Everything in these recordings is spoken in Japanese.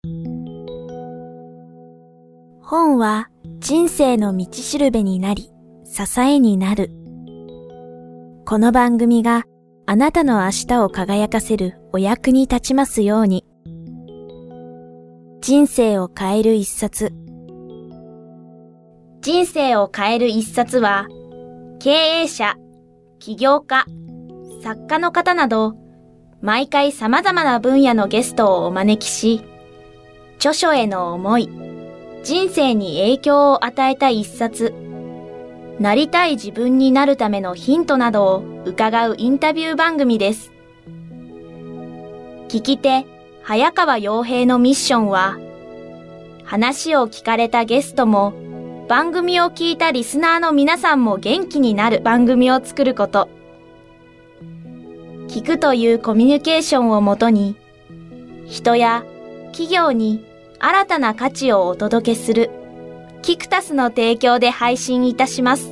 本は人生の道しるべになり、支えになる。この番組があなたの明日を輝かせるお役に立ちますように。人生を変える一冊。人生を変える一冊は、経営者、起業家、作家の方など、毎回様々な分野のゲストをお招きし、著書への思い、人生に影響を与えた一冊、なりたい自分になるためのヒントなどを伺うインタビュー番組です。聞き手、早川洋平のミッションは、話を聞かれたゲストも、番組を聞いたリスナーの皆さんも元気になる番組を作ること。聞くというコミュニケーションをもとに、人や企業に新たな価値をお届けする、キクタスの提供で配信いたします。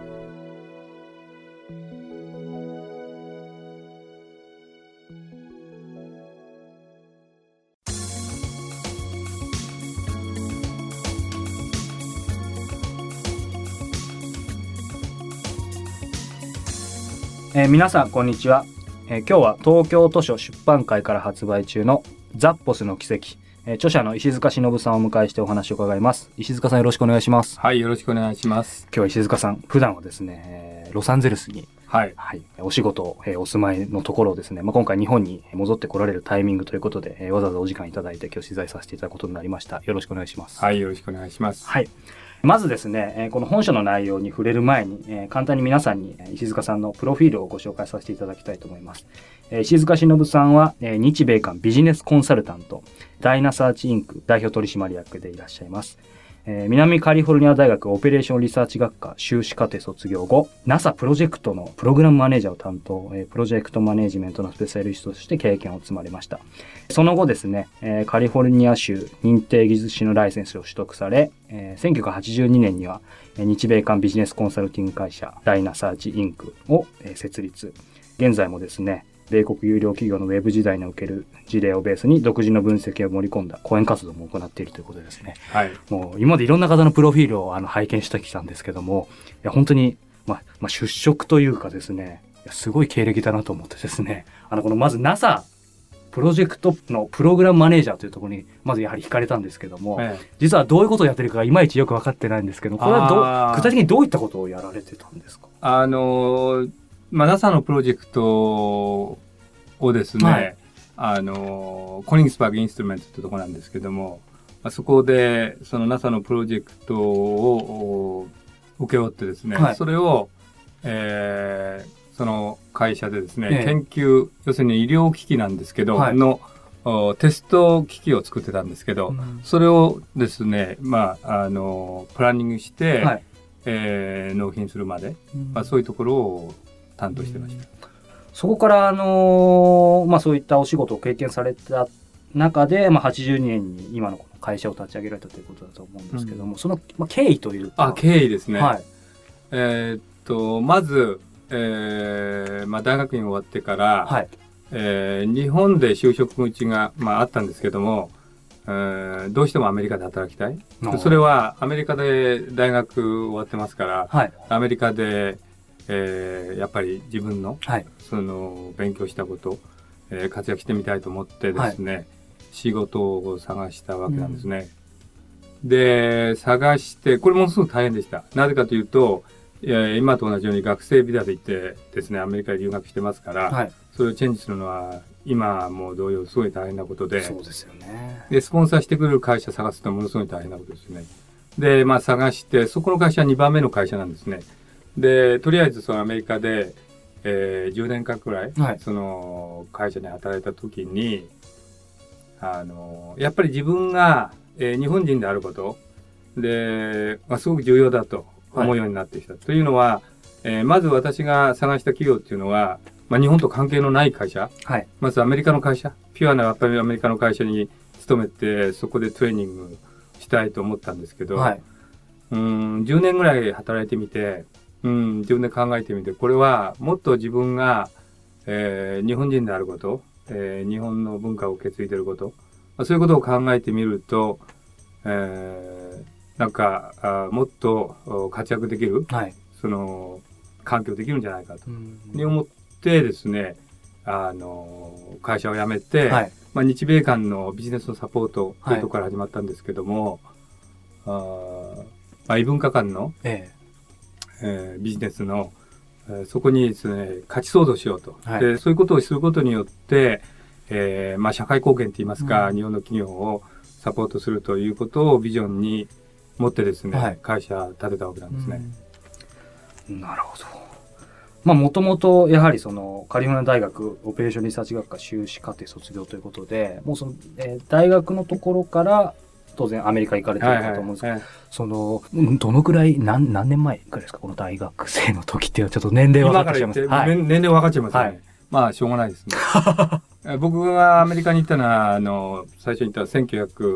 皆さんこんにちは。今日は東京図書出版会から発売中のザッポスの奇跡、著者の石塚忍さんをお迎えしてお話を伺います。石塚さん、よろしくお願いします。 はい、よろしくお願いします。 今日は石塚さん、普段はですね、ロサンゼルスに、お仕事、お住まいのところをですね、今回日本に戻ってこられるタイミングということで、わざわざお時間いただいて今日取材させていただくことになりました。よろしくお願いします。 はい、よろしくお願いします。 はい。まずですね、この本書の内容に触れる前に、簡単に皆さんに石塚さんのプロフィールをご紹介させていただきたいと思います。石塚忍さんは、日米韓ビジネスコンサルタント、ダイナサーチインク代表取締役でいらっしゃいます。南カリフォルニア大学オペレーションリサーチ学科修士課程卒業後、NASA プロジェクトのプログラムマネージャーを担当、プロジェクトマネージメントのスペシャリストとして経験を積まれました。その後ですね、カリフォルニア州認定技術士のライセンスを取得され、1982年には日米韓ビジネスコンサルティング会社ダイナサーチインクを設立。現在もですね、米国有料企業のウェブ時代における事例をベースに独自の分析を盛り込んだ講演活動も行っているということですね。 はい。 もう今までいろんな方のプロフィールを拝見してきたんですけども、いや本当に、出色というかですね、すごい経歴だなと思ってですね、このまず NASA プロジェクトのプログラムマネージャーというところにまずやはり惹かれたんですけども、実はどういうことをやってるかいまいちよく分かってないんですけど、これは具体的にどういったことをやられてたんですか ？NASA のプロジェクトをですね、コニングスバーグインストゥルメントってところなんですけども、そこでその NASA のプロジェクトを請け負ってですね、それを、その会社でですね、研究、要するに医療機器なんですけど、のテスト機器を作ってたんですけど、それをですね、プランニングして、納品するまで、そういうところを担当してました。 そこからそういったお仕事を経験された中で、82年に今のこの会社を立ち上げられたということだと思うんですけども、その、経緯というか。 経緯ですね。まず、大学院終わってから、日本で就職口が、あったんですけども、どうしてもアメリカで働きたい。それはアメリカで大学終わってますから、アメリカで、やっぱり自分の、その勉強したこと、活躍してみたいと思ってですね、仕事を探したわけなんですね。で、探して、これものすごく大変でした。なぜかというと、今と同じように学生ビザで行ってですね、アメリカに留学してますから、それをチェンジするのは、今も同様すごい大変なことで、 そうですよね。 で、スポンサーしてくれる会社探すのはものすごい大変なことですね。で、探して、そこの会社は2番目の会社なんですね。で、とりあえずそのアメリカで、10年間くらい、その会社に働いた時に、やっぱり自分が、日本人であることで、すごく重要だと思うようになってきた。というのは、まず私が探した企業っていうのは、日本と関係のない会社、まずアメリカの会社、ピュアなやっぱりアメリカの会社に勤めて、そこでトレーニングしたいと思ったんですけど、10年ぐらい働いてみて、自分で考えてみて、これはもっと自分が、日本人であること、日本の文化を受け継いでいること、 そういうことを考えてみると、なんかもっと活躍できる、はい、その環境できるんじゃないかと、思ってですね、会社を辞めて、はい、日米間のビジネスのサポートというところから始まったんですけども、異文化間の、ビジネスの、そこにですね、価値創造しようと、はい、でそういうことをすることによって、社会貢献といいますか、日本の企業をサポートするということをビジョンに持ってですね、はい、会社立てたわけなんですね。 なるほど。もともとやはりそのカリフォルニア大学オペレーションリサーチ学科修士課程卒業ということで、もうその、大学のところから当然アメリカ行かれてるかと思うんですけど、そのどのくらい何年前くらいですか、この大学生の時っていうのはちょっと年齢分かってしまいます。 はい、年齢分かっちゃいますよね。はい、しょうがないですね。僕がアメリカに行ったのは最初に言った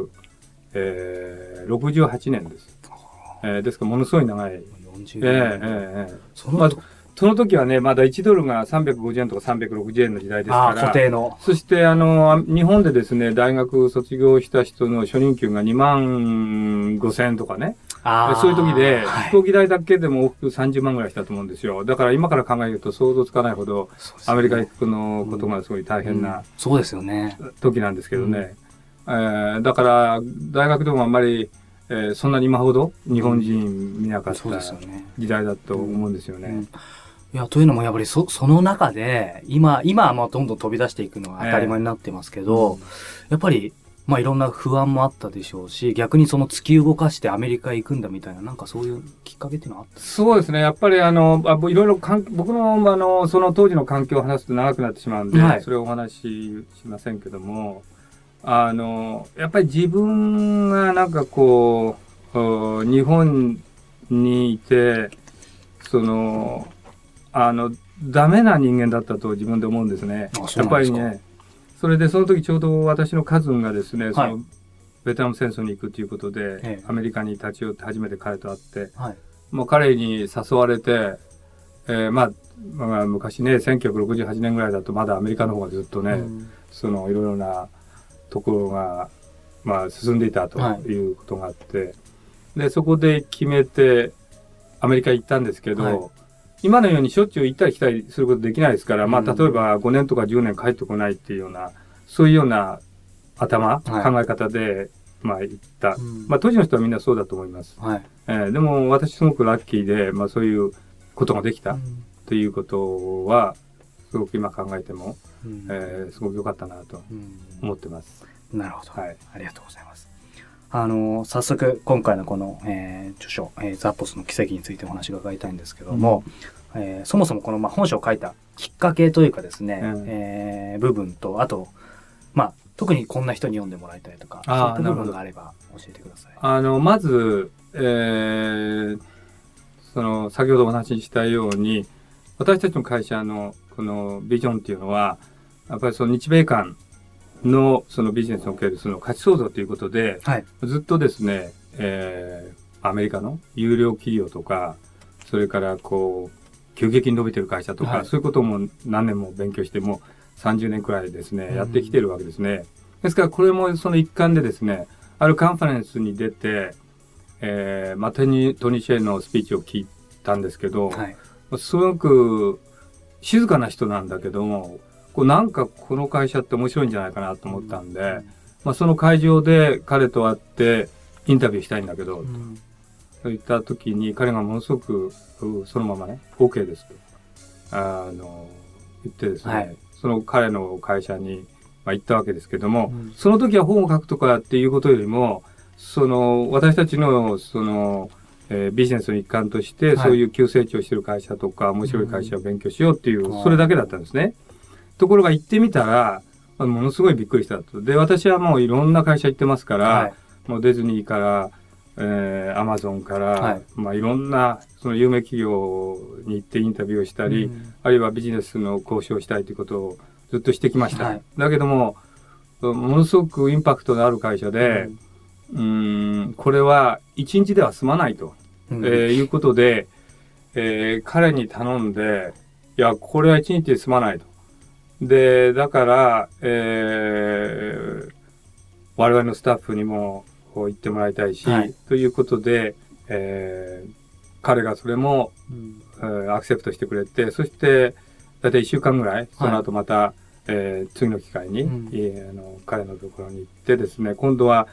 1968年です。ですからものすごい長い。40年。その時はね、まだ1ドルが350円とか360円の時代ですから。 固定の。 そして日本でですね、大学卒業した人の初任給が2万5千円とかね。そういう時で、飛行機代だけでも往復30万ぐらいしたと思うんですよ。だから今から考えると想像つかないほど、アメリカ行くのことがすごい大変な、 そうですよね。 時なんですけどね。だから、大学でもあんまり、そんなに今ほど日本人見なかった時代だと思うんですよね。 いや、というのもやっぱりその中で、今はもうどんどん飛び出していくのは当たり前になってますけど、やっぱり、いろんな不安もあったでしょうし、逆にその突き動かしてアメリカへ行くんだみたいな、なんかそういうきっかけっていうのはあったんですか？ そうですね。やっぱりいろいろ僕のその当時の環境を話すと長くなってしまうんで、はい、それをお話ししませんけども、やっぱり自分がなんかこう、日本にいて、ダメな人間だったと自分で思うんですね。やっぱりね。それでその時ちょうど私のカズンがですね、はい、ベトナム戦争に行くということで、アメリカに立ち寄って初めて彼と会って、はい、もう彼に誘われて、昔ね、1968年ぐらいだとまだアメリカの方がずっとね、いろいろなところが、進んでいたということがあって、で、そこで決めてアメリカ行ったんですけど、はい、今のようにしょっちゅう行ったり来たりすることできないですから、例えば5年とか10年帰ってこないっていうような、そういうような考え方で、行った。当時の人はみんなそうだと思います。はい、でも私すごくラッキーで、そういうことができたということは、すごく今考えても、すごく良かったなと思ってます。 なるほど。はい。ありがとうございます。早速今回のこの、著書、ザッポスの奇跡についてお話を伺いたいんですけども、そもそもこの、本書を書いたきっかけというかですね、部分と、あと、特にこんな人に読んでもらいたいとか、そういった部分があれば教えてください。 まず、先ほどお話ししたように、私たちの会社のこのビジョンっていうのは、やっぱりその日米間のそのビジネスにおけるその価値創造ということで、はい、ずっとですね、アメリカの有料企業とか、それから急激に伸びてる会社とか、はい、そういうことも何年も勉強しても30年くらいですね、やってきてるわけですね。ですからこれもその一環でですね、あるカンファレンスに出て、トニー・シェーのスピーチを聞いたんですけど、はい、すごく静かな人なんだけども、なんかこの会社って面白いんじゃないかなと思ったんで、その会場で彼と会ってインタビューしたいんだけど、そういった時に彼がものすごくそのままね OK ですと言ってですね、はい、その彼の会社に行ったわけですけども、その時は本を書くとかっていうことよりも私たちのビジネスの一環としてそういう急成長してる会社とか面白い会社を勉強しようっていうそれだけだったんですね。ところが行ってみたらものすごいびっくりしたと。で、私はもういろんな会社行ってますから、はい、もうディズニーからアマゾンから、はい、いろんなその有名企業に行ってインタビューをしたり、あるいはビジネスの交渉をしたいということをずっとしてきました。はい、だけども、ものすごくインパクトのある会社で、これは一日では済まないと、いうことで、彼に頼んで、いや、これは一日で済まないと。で、だから、 我々のスタッフにも行ってもらいたいし、 はい、 ということで、彼がそれも、アクセプトしてくれて、そしてだいたい1週間ぐらい、その後また、次の機会に、彼のところに行ってですね、今度は、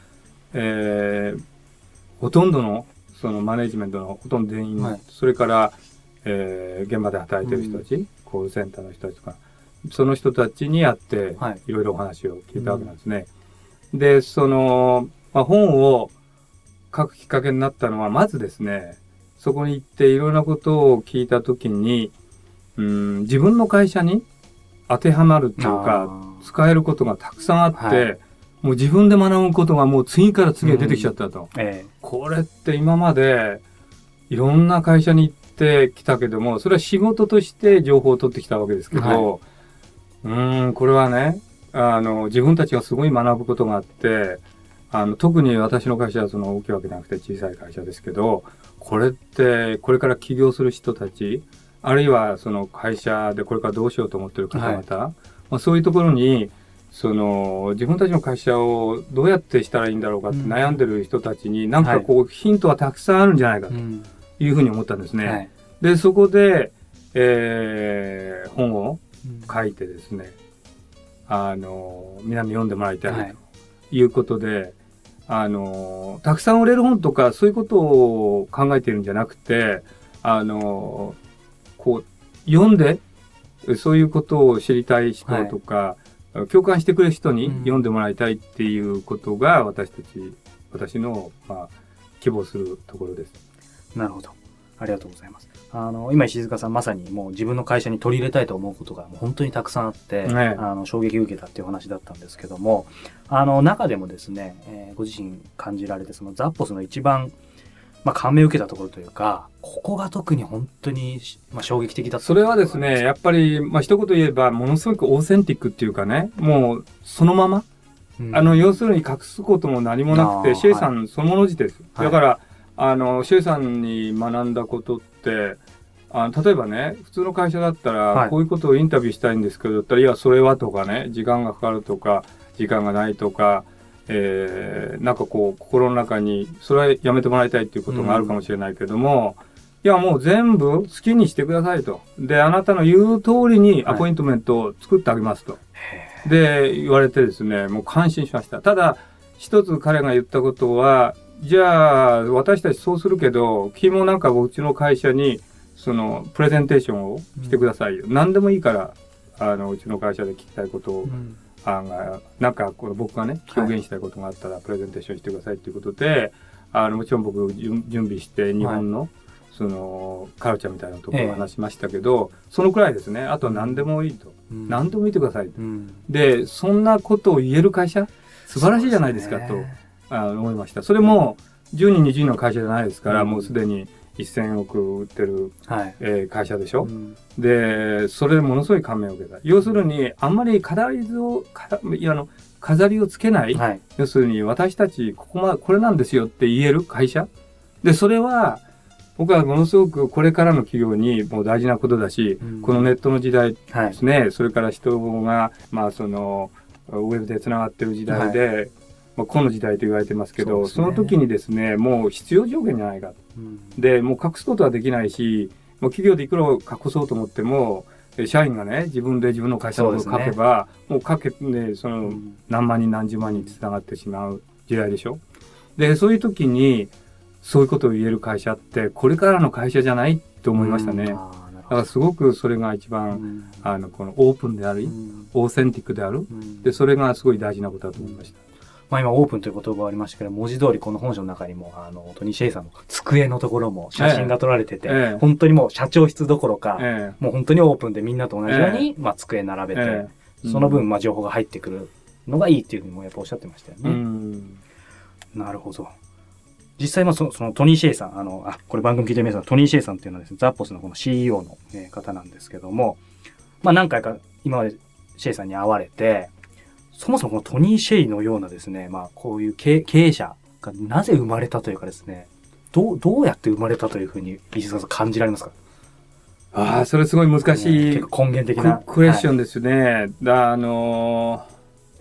ほとんどのそのマネジメントのほとんど全員、それから、現場で働いてる人たち、コールセンターの人たちとか、その人たちに会って、いろいろお話を聞いたわけなんですね。で、その、本を書くきっかけになったのは、まずですね、そこに行っていろんなことを聞いたときに、自分の会社に当てはまるっていうか、使えることがたくさんあって、もう自分で学ぶことがもう次から次へ出てきちゃったと。これって今までいろんな会社に行ってきたけども、それは仕事として情報を取ってきたわけですけど、これはね、自分たちがすごい学ぶことがあって、特に私の会社はその大きいわけじゃなくて小さい会社ですけど、これってこれから起業する人たち、あるいはその会社でこれからどうしようと思ってる方々、そういうところにその自分たちの会社をどうやってしたらいいんだろうかって悩んでる人たちになんかこうヒントはたくさんあるんじゃないかというふうに思ったんですね。で、そこで、本を書いてですね、みんなに読んでもらいたいということで、たくさん売れる本とかそういうことを考えているんじゃなくて、こう読んでそういうことを知りたい人とか、共感してくれる人に読んでもらいたいっていうことが私の、希望するところです。 なるほど。ありがとうございます。今石塚さんまさにもう自分の会社に取り入れたいと思うことがもう本当にたくさんあって、衝撃を受けたっていう話だったんですけども、中でもですね、ご自身感じられてそのザッポスの一番感銘を受けたところというか、ここが特に本当に、衝撃的だった。 それはですね、やっぱり、一言言えば、ものすごくオーセンティックっていうかね、もう、そのまま、要するに隠すことも何もなくて、シェイさんそのものです。だから、シェイさんに学んだことって、例えばね、普通の会社だったら、こういうことをインタビューしたいんですけど、だったら、いや、それはとかね、時間がかかるとか、時間がないとか、なんかこう心の中にそれはやめてもらいたいっていうことがあるかもしれないけども、いやもう全部好きにしてくださいと。で、あなたの言う通りにアポイントメントを作ってあげますと。で、言われてですね、もう感心しました。ただ、一つ彼が言ったことは、じゃあ私たちそうするけど、君もなんかうちの会社にそのプレゼンテーションをしてくださいよ。何でもいいから、うちの会社で聞きたいことを、なんかこの僕がね表現したいことがあったらプレゼンテーションしてくださいということで、もちろん僕準備して日本のそのカルチャーみたいなところを話しましたけど、そのくらいですね。あとは何でもいいと、何でも言ってくださいと、でそんなことを言える会社素晴らしいじゃないですかと思いました。それも10人20人の会社じゃないですから、もうすでに1000億売ってる、会社でしょ、でそれでものすごい感銘を受けた。要するにあんまり飾りをつけない、要するに私たちこれなんですよって言える会社で、それは僕はものすごくこれからの企業にもう大事なことだし、このネットの時代ですね、それから人がそのウェブでつながってる時代で、この時代と言われてますけど、その時にですね、もう必要条件じゃないかと。で、もう隠すことはできないし、もう企業でいくら隠そうと思っても、社員がね、自分で自分の会社のことを書けば、もうその何万人何十万人につながってしまう時代でしょ。で、そういう時に、そういうことを言える会社って、これからの会社じゃないと思いましたね。だからすごくそれが一番、このオープンであり、オーセンティックである。で、それがすごい大事なことだと思いました。 今オープンという言葉がありましたけど、文字通りこの本書の中にもトニー・シェイさんの机のところも写真が撮られてて、本当にもう社長室どころか、もう本当にオープンでみんなと同じように、机並べて、その分情報が入ってくるのがいいっていうふうにもやっぱおっしゃってましたよね。なるほど。実際そのトニー・シェイさん、これ番組聞いてる皆さん、トニー・シェイさんっていうのはですね、ザッポスのこの CEO の、方なんですけども、何回か今までシェイさんに会われて、そもそもこのトニー・シェイのようなですね、こういう経営者がなぜ生まれたというかですね、どうやって生まれたというふうに石塚さん感じられますか？ それすごい難しい、 結構根源的なクエスチョンですよね。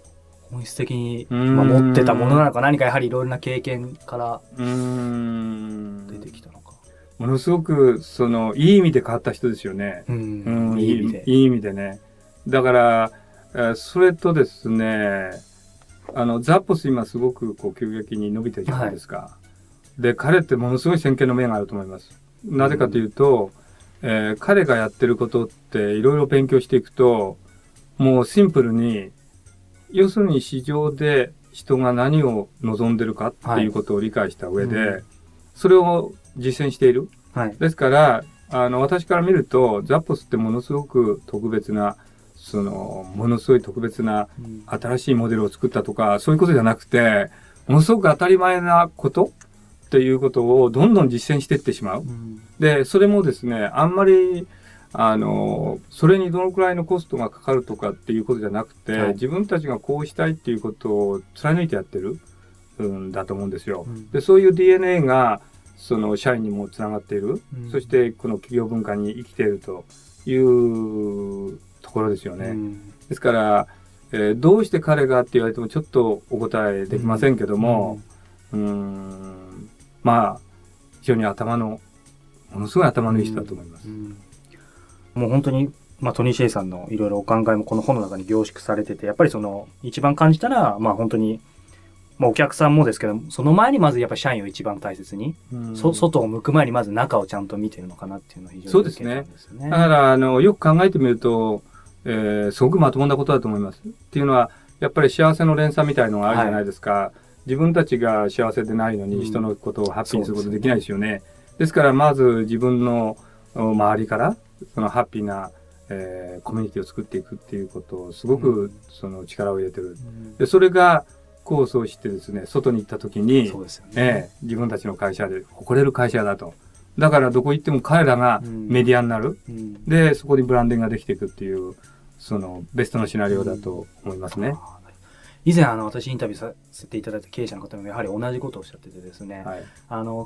本質的に、持ってたものなのか、何かやはりいろいろな経験から出てきたのか。 ものすごくいい意味で変わった人ですよね。 いい意味で。 いい意味でね。だからそれとですね、ザッポス今すごく急激に伸びてるじゃないですか。はい、で彼ってものすごい先見の明があると思います。なぜかというと、彼がやってることっていろいろ勉強していくと、もうシンプルに要するに市場で人が何を望んでるかっていうことを理解した上で、それを実践している。はい、ですから私から見るとザッポスってものすごく特別なものすごい特別な新しいモデルを作ったとか、そういうことじゃなくて、ものすごく当たり前なことっていうことをどんどん実践していってしまう。で、それもですね、あんまりそれにどのくらいのコストがかかるとかっていうことじゃなくて、はい、自分たちがこうしたいっていうことを貫いてやってるんだと思うんですよ。で、そういう DNA が社員にもつながっている、そしてこの企業文化に生きているというところですよね。ですから、どうして彼がって言われてもちょっとお答えできませんけども、まあ非常にものすごい頭のいい人だと思います。 もう本当に、トニー・シェイさんのいろいろお考えもこの本の中に凝縮されてて、やっぱり一番感じたら、本当に、お客さんもですけど、その前にまずやっぱり社員を一番大切に、外を向く前にまず中をちゃんと見てるのかなっていうのは非常にそうですね。だからよく考えてみると、すごくまともなことだと思います。っていうのは、やっぱり幸せの連鎖みたいのがあるじゃないですか。はい、自分たちが幸せでないのに人のことをハッピーにすることできないですよね。ですからまず自分の周りからハッピーな、コミュニティを作っていくっていうことをすごく力を入れてる。で、それが構想してですね、外に行った時に、そうですよね、自分たちの会社で誇れる会社だと。だからどこ行っても彼らがメディアになる。で、そこにブランディングができていくっていう、ベストのシナリオだと思いますね。 以前私インタビューさせていただいた経営者の方もやはり同じことをおっしゃっててですね、はい、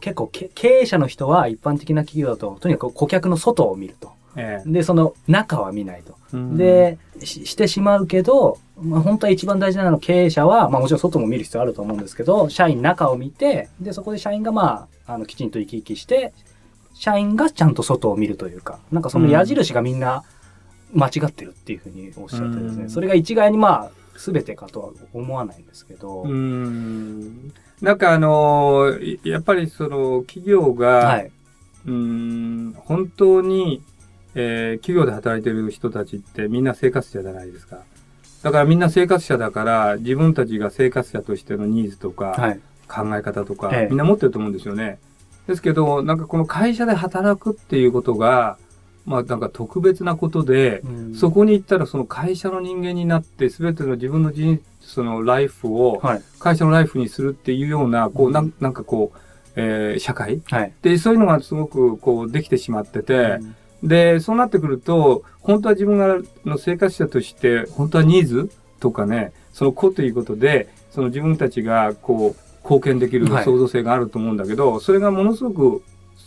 結構経営者の人は一般的な企業だととにかく顧客の外を見ると、で中は見ないと、でしてしまうけど、本当は一番大事なのは経営者は、もちろん外も見る必要あると思うんですけど、社員中を見て、でそこで社員がきちんと生き生きして社員がちゃんと外を見るというか、なんかその矢印がみんな間違ってるっていうふうにおっしゃってですね、それが一概に全てかとは思わないんですけど、 なんかやっぱり企業が、はい、本当に、企業で働いている人たちってみんな生活者じゃないですか。だからみんな生活者だから自分たちが生活者としてのニーズとか、はい、考え方とか、みんな持ってると思うんですよね。ですけどなんかこの会社で働くっていうことがなんか特別なことで、そこに行ったらその会社の人間になって全ての自分のライフを会社のライフにするっていうような、なんか社会、はい、でそういうのがすごくできてしまってて、でそうなってくると本当は自分の生活者として本当はニーズとかね、その個ということで自分たちが貢献できる創造性があると思うんだけど、それがものすごく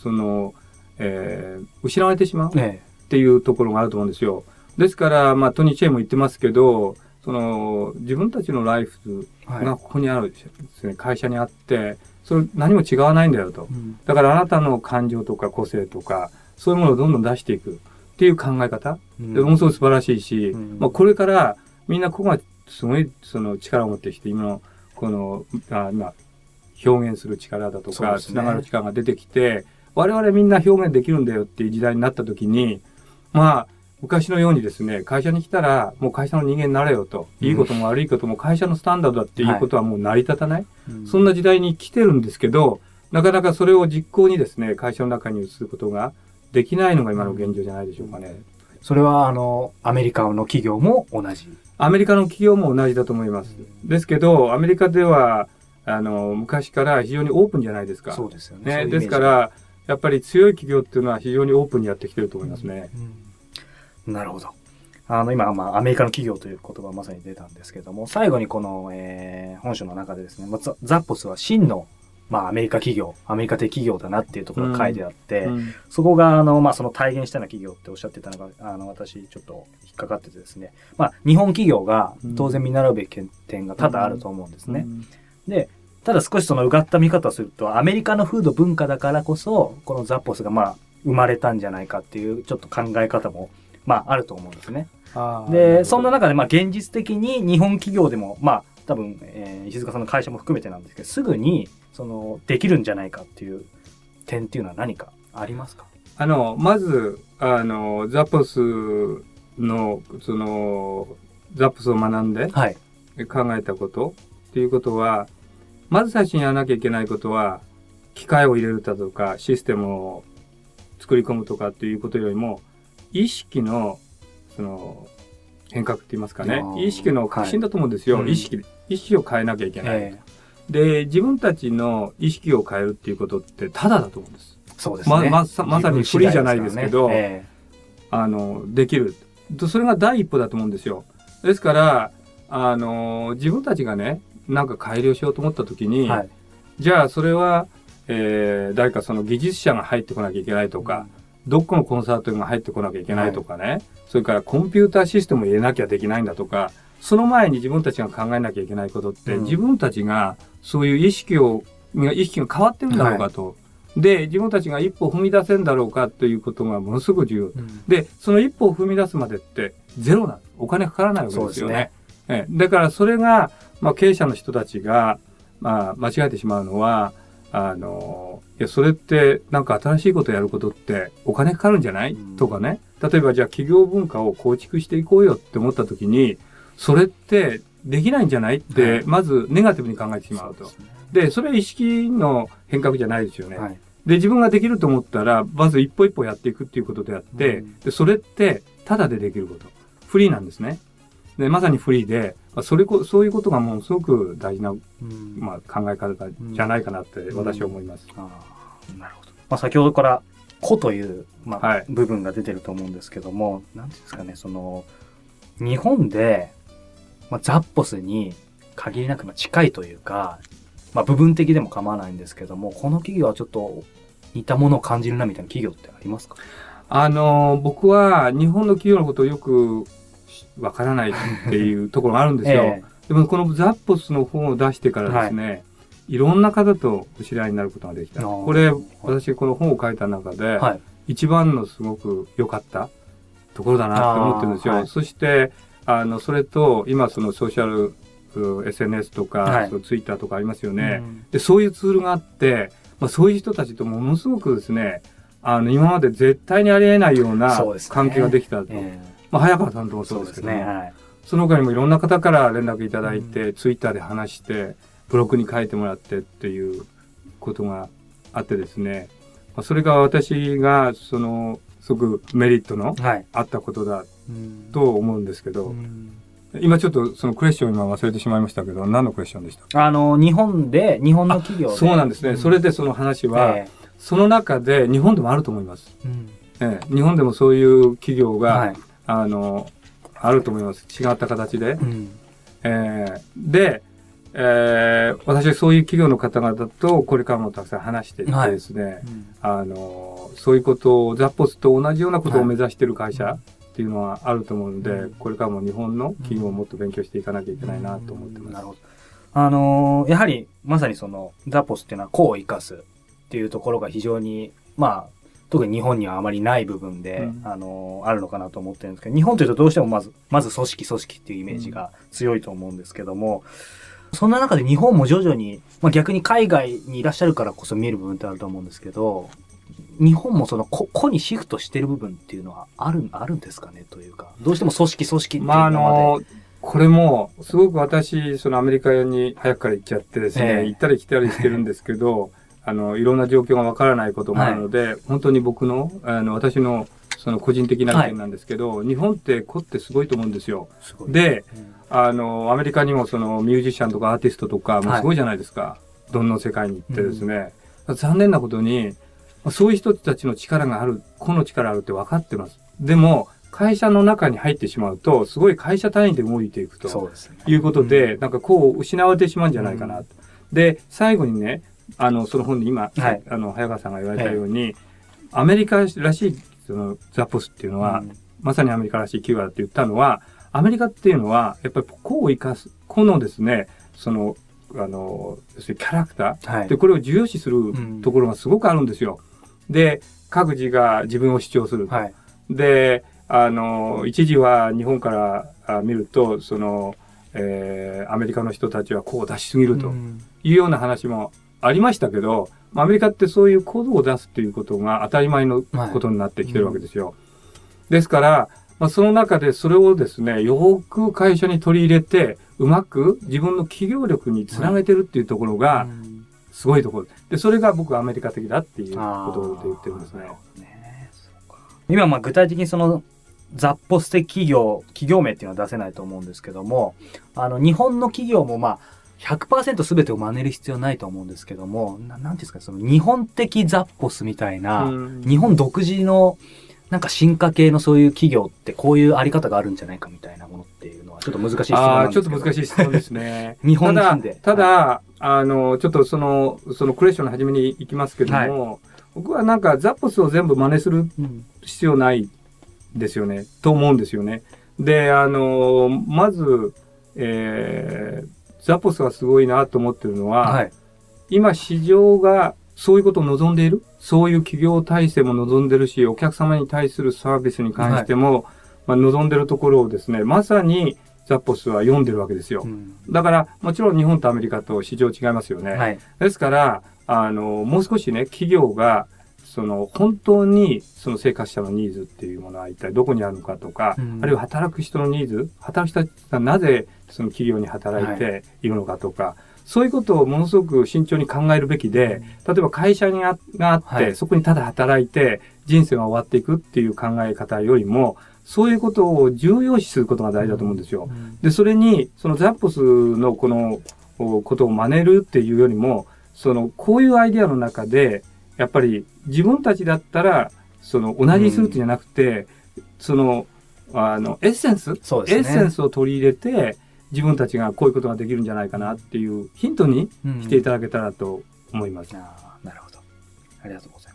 失われてしまうっていうところがあると思うんですよ。ですから、トニー・チェイも言ってますけど、自分たちのライフがここにあるですね、会社にあって、それ何も違わないんだよと。だからあなたの感情とか個性とか、そういうものをどんどん出していくっていう考え方、ものすごい素晴らしいし、これからみんなここがすごい力を持ってきて、今の表現する力だとか、つながる力が出てきて、我々みんな表現できるんだよっていう時代になった時に、昔のようにですね、会社に来たらもう会社の人間になれよと、いいことも悪いことも会社のスタンダードだっていうことはもう成り立たない、そんな時代に来てるんですけど、なかなかそれを実行にですね、会社の中に移すことができないのが今の現状じゃないでしょうかね。 それはアメリカの企業も同じ？ アメリカの企業も同じだと思います。ですけど、アメリカでは昔から非常にオープンじゃないですか。 そうですよね。 ですからやっぱり強い企業っていうのは非常にオープンにやってきてると思いますね。 なるほど。今、アメリカの企業という言葉がまさに出たんですけども、最後にこの、本書の中でですね、ザッポスは真のアメリカ的企業だなっていうところが書いてあって、そこがその体現したような企業っておっしゃってたのが私ちょっと引っかかっててですね、日本企業が当然見習うべき点が多々あると思うんですね。でただ少しそのうがった見方をすると、アメリカの風土文化だからこそこのザッポスが生まれたんじゃないかっていうちょっと考え方もあると思うんですね。でそんな中で現実的に日本企業でも多分、石塚さんの会社も含めてなんですけど、すぐにできるんじゃないかっていう点っていうのは何かありますか？ まずザポスのザポスを学んで考えたことっていうことは、まず最初にやらなきゃいけないことは、機械を入れるだとかシステムを作り込むとかっていうことよりも、意識の変革って言いますかね、意識の革新だと思うんですよ。意識を変えなきゃいけない。で、自分たちの意識を変えるっていうことってただだと思うんです。 そうですね。 まさにフリーじゃないですけど、できる。それが第一歩だと思うんですよ。ですから、自分たちがね、なんか改良しようと思ったときに、じゃあそれは、誰かその技術者が入ってこなきゃいけないとか、どっかのコンサートが入ってこなきゃいけないとかね、それからコンピューターシステムを入れなきゃできないんだとか、その前に自分たちが考えなきゃいけないことって、自分たちがそういう意識が変わってるんだろうかと。で、自分たちが一歩踏み出せるんだろうかということがものすごく重要。で、その一歩を踏み出すまでってゼロなの。お金かからないわけですよね。だからそれが、経営者の人たちが、間違えてしまうのは、いや、それってなんか新しいことをやることってお金かかるんじゃない、とかね。例えばじゃあ企業文化を構築していこうよって思った時に、それってできないんじゃないって、まずネガティブに考えてしまうと。で、それは意識の変革じゃないですよね。で、自分ができると思ったら、まず一歩一歩やっていくっていうことであって、で、それってタダでできること。フリーなんですね。で、まさにフリーで、そういうことがものすごく大事な、考え方じゃないかなって私は思います。 なるほど。先ほどから個という、部分が出てると思うんですけども、なんていうんですかね、日本で、ザッポスに限りなく近いというか、部分的でも構わないんですけども、この企業はちょっと似たものを感じるなみたいな企業ってありますか？ 僕は日本の企業のことをよくわからないっていうところがあるんですよ。でもこのザッポスの本を出してからですね、いろんな方とお知り合いになることができた。これ、私この本を書いた中で、一番のすごく良かったところだなって思ってるんですよ。そして、それと、今そのソーシャル、SNS とか、ツイッターとかありますよね。で、そういうツールがあって、そういう人たちとものすごくですね、今まで絶対にありえないような関係ができたと。早川さんともそうですけどね。その他にもいろんな方から連絡いただいて、ツイッターで話して、ブログに書いてもらってっていうことがあってですね、それが私がすごくメリットのあったことだと思うんですけど、今ちょっとそのクエスチョン今忘れてしまいましたけど、何のクエスチョンでしたか？日本の企業で。そうなんですね。それでその話は、その中で日本でもあると思います。日本でもそういう企業が、あると思います。違った形で。で、私はそういう企業の方々とこれからもたくさん話していてですね、そういうことをザッポスと同じようなことを目指している会社っていうのはあると思うので、これからも日本の企業をもっと勉強していかなきゃいけないなと思ってます。なるほど。やはりまさにそのザッポスっていうのは個を生かすっていうところが非常に特に日本にはあまりない部分で、あるのかなと思ってるんですけど、日本というとどうしてもまず組織っていうイメージが強いと思うんですけども、そんな中で日本も徐々に、逆に海外にいらっしゃるからこそ見える部分ってあると思うんですけど、日本もその個にシフトしてる部分っていうのはあるんですかねというか、どうしても組織っていうのまで。 これも、すごく私、アメリカに早くから行っちゃってですね、行ったり来たりしてるんですけど、いろんな状況がわからないこともあるので、本当に僕の、私の個人的な意見なんですけど、日本って個ってすごいと思うんですよ。で、アメリカにもミュージシャンとかアーティストとかもすごいじゃないですか。どんどん世界に行ってですね。残念なことに、そういう人たちの力がある、個の力あるって分かってます。でも、会社の中に入ってしまうと、すごい会社単位で動いていくということで、なんか個を失われてしまうんじゃないかなと。で、最後にね、 その本で今、 はい、 早川さんが言われたように、アメリカらしいそのザポスっていうのは、まさにアメリカらしい企業だって言ったのは、アメリカっていうのはやっぱり個を生かす、個のですね、その要するにキャラクター、でこれを重要視するところがすごくあるんですよ。で、各自が自分を主張すると。で、一時は日本から見ると、その、アメリカの人たちはこう出しすぎるというような話もありましたけど、アメリカってそういうコードを出すということが当たり前のことになってきてるわけですよ。ですから、その中でそれをですね、よく会社に取り入れて、うまく自分の企業力につなげてるっていうところが、すごいところで、それが僕はアメリカ的だっていうことで言ってるんですね。 今、具体的にその、ザポス的企業名っていうのは出せないと思うんですけども、日本の企業も100% 全てを真似る必要ないと思うんですけども、なんていうんですかね、その日本的ザポスみたいな、日本独自のなんか進化系のそういう企業ってこういうあり方があるんじゃないかみたいなものっていうのはちょっと難しい質問なんですけど。 ちょっと難しい質問ですね。 日本人で。 ただ、ちょっとそのクエスチョンの初めに行きますけども、僕はなんかザポスを全部真似する必要ないですよね、と思うんですよね。で、まず、ザポスがすごいなと思ってるのは、今市場がそういうことを望んでいる。そういう企業体制も望んでるし、お客様に対するサービスに関しても、望んでるところをですね、まさにザポスは読んでるわけですよ。だから、もちろん日本とアメリカと市場違いますよね。ですから、もう少しね、企業が、本当にその生活者のニーズっていうものは一体どこにあるのかとか、あるいは働く人のニーズ、働く人がなぜその企業に働いているのかとか、そういうことをものすごく慎重に考えるべきで、例えば会社があって、そこにただ働いて人生が終わっていくっていう考え方よりも、そういうことを重要視することが大事だと思うんですよ。で、それに、そのザポスのこのことを真似るっていうよりも、こういうアイデアの中で、やっぱり自分たちだったら、同じにするってじゃなくて、エッセンス、エッセンスを取り入れて、自分たちがこういうことができるんじゃないかなっていうヒントにしていただけたらと思います。 なるほど。ありがとうございます。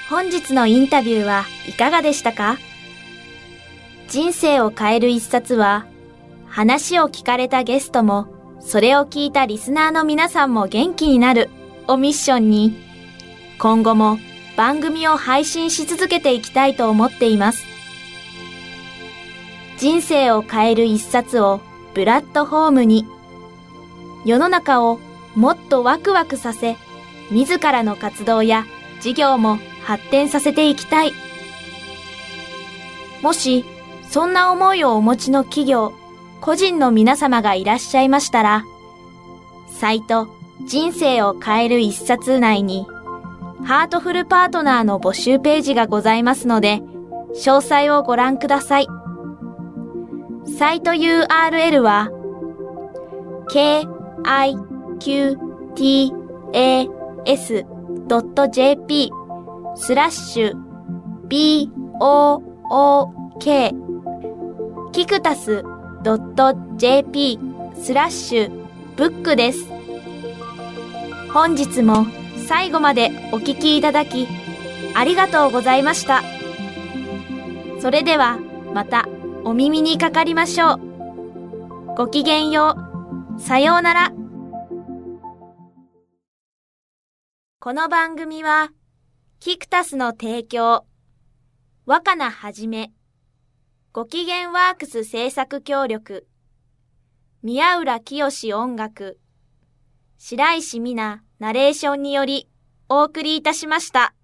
本日のインタビューはいかがでしたか？人生を変える一冊は、話を聞かれたゲストも、それを聞いたリスナーの皆さんも元気になるをミッションに、今後も番組を配信し続けていきたいと思っています。人生を変える一冊をプラットフォームに、世の中をもっとワクワクさせ、自らの活動や事業も発展させていきたい。もし、そんな思いをお持ちの企業、個人の皆様がいらっしゃいましたら、サイト人生を変える一冊内に、ハートフルパートナーの募集ページがございますので、詳細をご覧ください。サイト URL は、kiktas.jp/book キクタス .jp/book です。本日も最後までお聞きいただきありがとうございました。それではまたお耳にかかりましょう。ごきげんよう。さようなら。この番組はキクタスの提供、若菜はじめ、ごきげんワークス制作協力、宮浦清音楽、白石美奈ナレーションによりお送りいたしました。